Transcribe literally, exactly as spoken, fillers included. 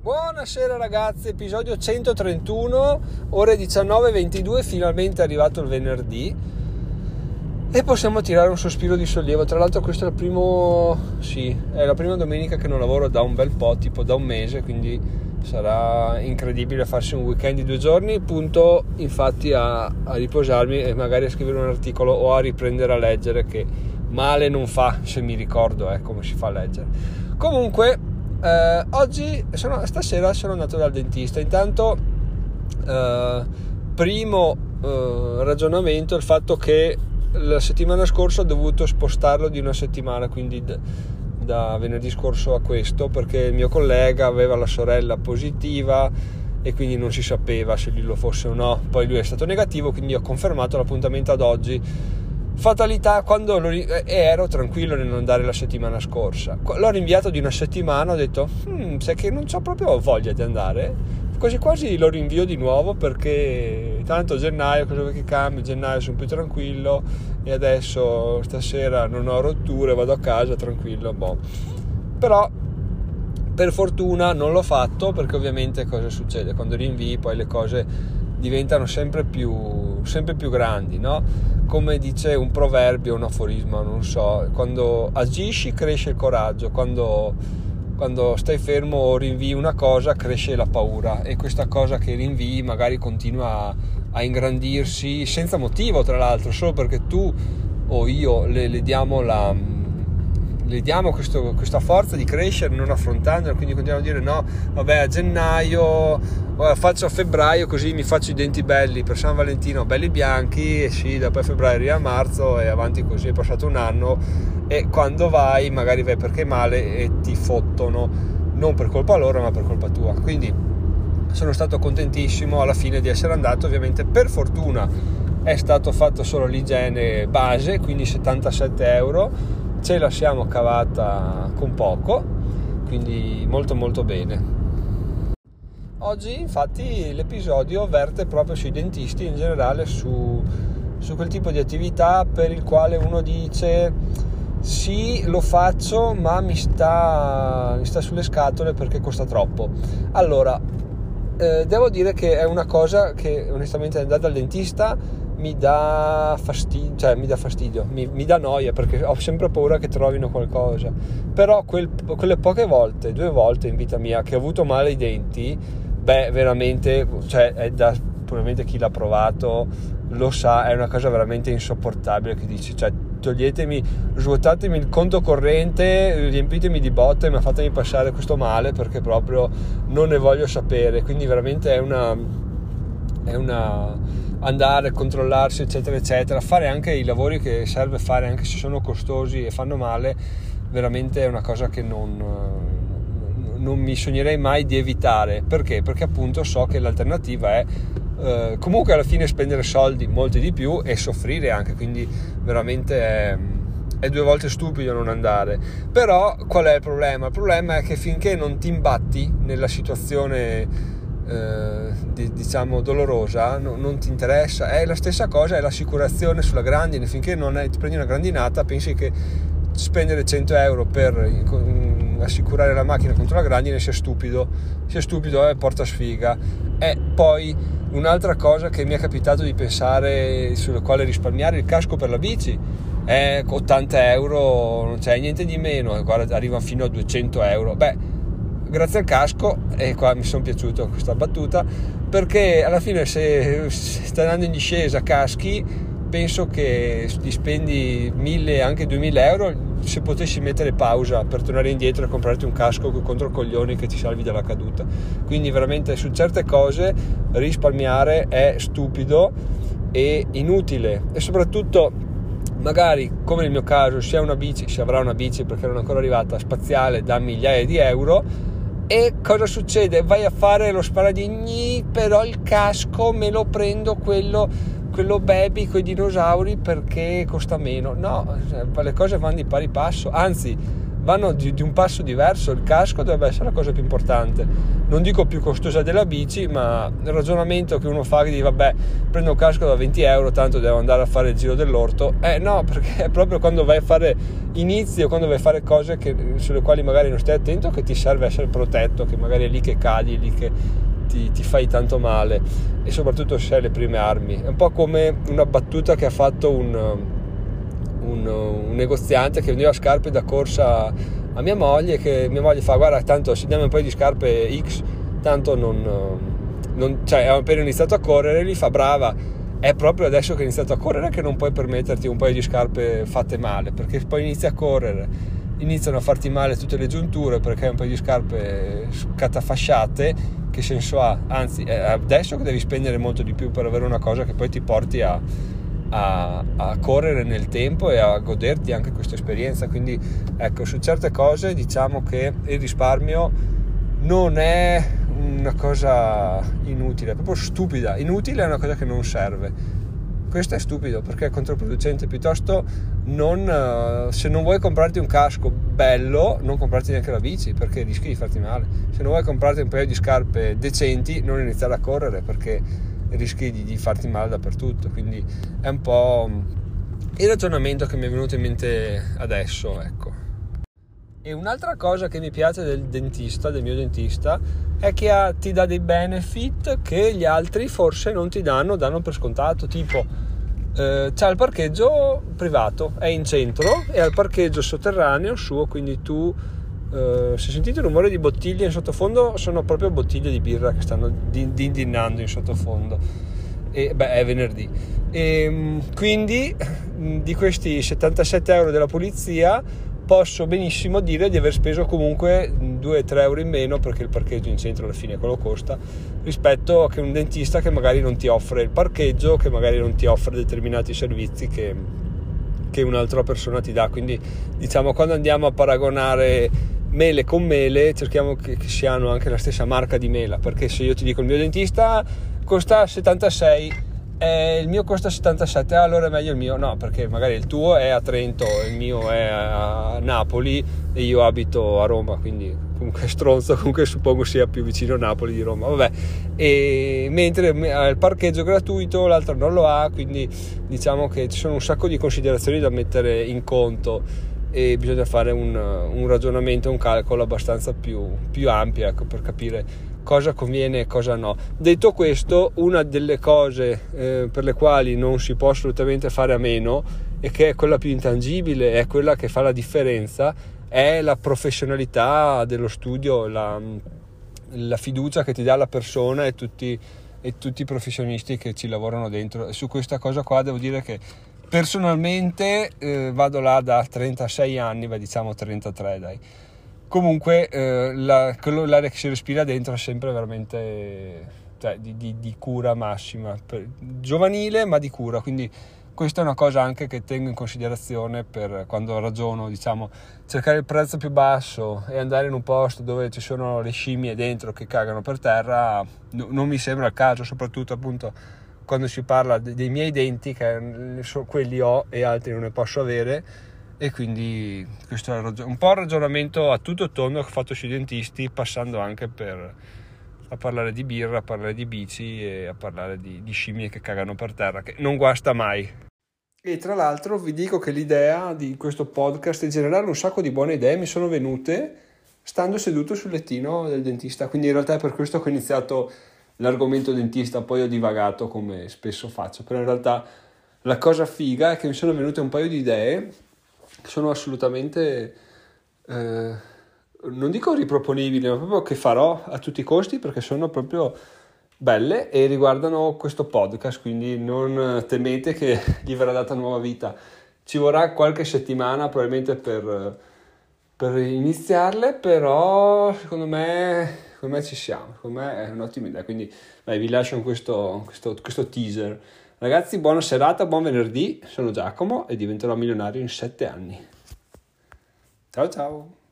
Buonasera ragazzi, episodio centotrentuno, ore diciannove e ventidue, finalmente è arrivato il venerdì e possiamo tirare un sospiro di sollievo. Tra l'altro questo è il primo, sì, è la prima domenica che non lavoro da un bel po', tipo da un mese, quindi sarà incredibile farsi un weekend di due giorni, punto infatti a, a riposarmi e magari a scrivere un articolo o a riprendere a leggere, che male non fa se mi ricordo eh, come si fa a leggere. Comunque Eh, oggi sono, stasera sono andato dal dentista. Intanto eh, primo eh, ragionamento, il fatto che la settimana scorsa ho dovuto spostarlo di una settimana, quindi d- da venerdì scorso a questo, perché il mio collega aveva la sorella positiva e quindi non si sapeva se lui lo fosse o no. Poi lui è stato negativo, quindi ho confermato l'appuntamento ad oggi. Fatalità, quando lo, eh, ero tranquillo nel non andare la settimana scorsa, l'ho rinviato di una settimana, ho detto hmm, sai che non c'ho proprio voglia di andare, quasi quasi lo rinvio di nuovo, perché tanto gennaio, cosa vuoi che cambi, gennaio sono più tranquillo e adesso stasera non ho rotture, vado a casa tranquillo, boh. Però per fortuna non l'ho fatto, perché ovviamente cosa succede? Quando rinvii poi le cose diventano sempre più, sempre più grandi, no? Come dice un proverbio, un aforisma, non so, quando agisci cresce il coraggio, quando, quando stai fermo o rinvii una cosa cresce la paura, e questa cosa che rinvii magari continua a, a ingrandirsi senza motivo, tra l'altro, solo perché tu o io le, le diamo la... le diamo questo, questa forza di crescere non affrontandola, quindi continuiamo a dire no, vabbè, a gennaio faccio a febbraio così mi faccio i denti belli per San Valentino, belli bianchi, e sì, da poi febbraio arriva a marzo e avanti così, è passato un anno e quando vai magari vai perché male e ti fottono, non per colpa loro ma per colpa tua. Quindi sono stato contentissimo alla fine di essere andato. Ovviamente per fortuna è stato fatto solo l'igiene base, quindi settantasette euro, ce la siamo cavata con poco, quindi molto molto bene. Oggi infatti l'episodio verte proprio sui dentisti, in generale su, su quel tipo di attività per il quale uno dice sì, lo faccio ma mi sta, mi sta sulle scatole perché costa troppo. Allora eh, devo dire che è una cosa che onestamente andare dal dentista mi dà fastidio, cioè mi dà fastidio, mi, mi dà noia, perché ho sempre paura che trovino qualcosa. Però quel, quelle poche volte, due volte in vita mia che ho avuto male ai denti, beh, veramente, cioè è da, probabilmente chi l'ha provato lo sa, è una cosa veramente insopportabile, che dici, cioè toglietemi, svuotatemi il conto corrente, riempitemi di botte, ma fatemi passare questo male, perché proprio non ne voglio sapere. Quindi veramente è una è una andare, controllarsi eccetera eccetera, fare anche i lavori che serve fare, anche se sono costosi e fanno male, veramente è una cosa che non, non mi sognerei mai di evitare. Perché? Perché appunto so che l'alternativa è eh, comunque alla fine spendere soldi, molti di più, e soffrire anche, quindi veramente è, è due volte stupido non andare. Però qual è il problema? Il problema è che finché non ti imbatti nella situazione Eh, diciamo dolorosa, no, non ti interessa. È la stessa cosa, è l'assicurazione sulla grandine. Finché non è, ti prendi una grandinata, pensi che spendere cento euro per in, assicurare la macchina contro la grandine sia stupido, sia stupido e porta sfiga. E poi un'altra cosa che mi è capitato di pensare, sulla quale risparmiare, il casco per la bici è ottanta euro, non c'è niente di meno, guarda, arriva fino a duecento euro. Beh, grazie al casco, e qua mi sono piaciuto questa battuta, perché alla fine se, se stai andando in discesa caschi, penso che ti spendi mille, anche duemila euro, se potessi mettere pausa per tornare indietro e comprarti un casco contro coglioni che ti salvi dalla caduta. Quindi veramente su certe cose risparmiare è stupido e inutile, e soprattutto magari, come nel mio caso, si ha una bici, si avrà una bici perché non è ancora arrivata, spaziale da migliaia di euro. E cosa succede? Vai a fare lo sparadigni, però il casco me lo prendo quello, quello baby con i dinosauri perché costa meno. No, le cose vanno di pari passo, anzi vanno di, di un passo diverso. Il casco dovrebbe essere la cosa più importante, non dico più costosa della bici, ma il ragionamento che uno fa, che dice vabbè, prendo un casco da venti euro, tanto devo andare a fare il giro dell'orto. Eh no, perché è proprio quando vai a fare inizio, quando vai a fare cose che, sulle quali magari non stai attento, che ti serve essere protetto, che magari è lì che cadi, è lì che ti, ti fai tanto male, e soprattutto se hai le prime armi. È un po' come una battuta che ha fatto un Un, un negoziante che vendeva scarpe da corsa a mia moglie, che mia moglie fa: guarda, tanto se diamo un paio di scarpe X, tanto non, non cioè, ho appena iniziato a correre. Gli fa: brava, è proprio adesso che hai iniziato a correre che non puoi permetterti un paio di scarpe fatte male, perché poi inizi a correre, iniziano a farti male tutte le giunture perché hai un paio di scarpe catafasciate. Che senso ha? Anzi, è adesso che devi spendere molto di più per avere una cosa che poi ti porti a A, a correre nel tempo e a goderti anche questa esperienza. Quindi ecco, su certe cose diciamo che il risparmio non è una cosa inutile, è proprio stupida. Inutile è una cosa che non serve, questo è stupido perché è controproducente. Piuttosto non, se non vuoi comprarti un casco bello, non comprarti neanche la bici, perché rischi di farti male. Se non vuoi comprarti un paio di scarpe decenti, non iniziare a correre, perché rischi di, di farti male dappertutto. Quindi è un po' il ragionamento che mi è venuto in mente adesso, ecco. E un'altra cosa che mi piace del dentista, del mio dentista, è che ha, ti dà dei benefit che gli altri forse non ti danno, danno per scontato. Tipo eh, c'ha il parcheggio privato, è in centro e ha il parcheggio sotterraneo suo, quindi tu Uh, se sentite il rumore di bottiglie in sottofondo, sono proprio bottiglie di birra che stanno dindinnando in sottofondo, e beh, è venerdì. E quindi di questi settantasette euro della polizia posso benissimo dire di aver speso comunque due tre euro in meno, perché il parcheggio in centro alla fine quello costa, rispetto a che un dentista che magari non ti offre il parcheggio, che magari non ti offre determinati servizi che, che un'altra persona ti dà. Quindi diciamo, quando andiamo a paragonare mele con mele, cerchiamo che, che siano anche la stessa marca di mela, perché se io ti dico il mio dentista costa settantasei e il mio costa settantasette, allora è meglio il mio. No, perché magari il tuo è a Trento, il mio è a Napoli e io abito a Roma, quindi comunque stronzo, comunque suppongo sia più vicino a Napoli di Roma, vabbè. E mentre ha il parcheggio gratuito, l'altro non lo ha, quindi diciamo che ci sono un sacco di considerazioni da mettere in conto e bisogna fare un, un ragionamento, un calcolo abbastanza più, più ampio, ecco, per capire cosa conviene e cosa no. Detto questo, una delle cose eh, per le quali non si può assolutamente fare a meno, e che è quella più intangibile, è quella che fa la differenza, è la professionalità dello studio, la, la fiducia che ti dà la persona e tutti, e tutti i professionisti che ci lavorano dentro. E su questa cosa qua devo dire che personalmente eh, vado là da trentasei anni, beh, diciamo trentatré, dai. Comunque eh, la, quello, l'aria che si respira dentro è sempre veramente, cioè, di, di, di cura massima, per, giovanile ma di cura. Quindi questa è una cosa anche che tengo in considerazione per quando ragiono, diciamo, cercare il prezzo più basso e andare in un posto dove ci sono le scimmie dentro che cagano per terra. No, non mi sembra il caso, soprattutto appunto quando si parla dei miei denti, che quelli ho e altri non ne posso avere. E quindi questo è un po' il ragionamento a tutto tondo che ho fatto sui dentisti, passando anche per a parlare di birra, a parlare di bici e a parlare di, di scimmie che cagano per terra, che non guasta mai. E tra l'altro vi dico che l'idea di questo podcast e generare un sacco di buone idee mi sono venute stando seduto sul lettino del dentista, quindi in realtà è per questo che ho iniziato l'argomento dentista, poi ho divagato come spesso faccio, però in realtà la cosa figa è che mi sono venute un paio di idee che sono assolutamente eh, non dico riproponibili, ma proprio che farò a tutti i costi, perché sono proprio belle e riguardano questo podcast, quindi non temete che gli verrà data nuova vita. Ci vorrà qualche settimana probabilmente per, per iniziarle, però secondo me, secondo me ci siamo, secondo me è un'ottima idea, quindi beh, vi lascio questo, questo, questo teaser. Ragazzi, buona serata, buon venerdì, sono Giacomo e diventerò milionario in sette anni. Ciao ciao!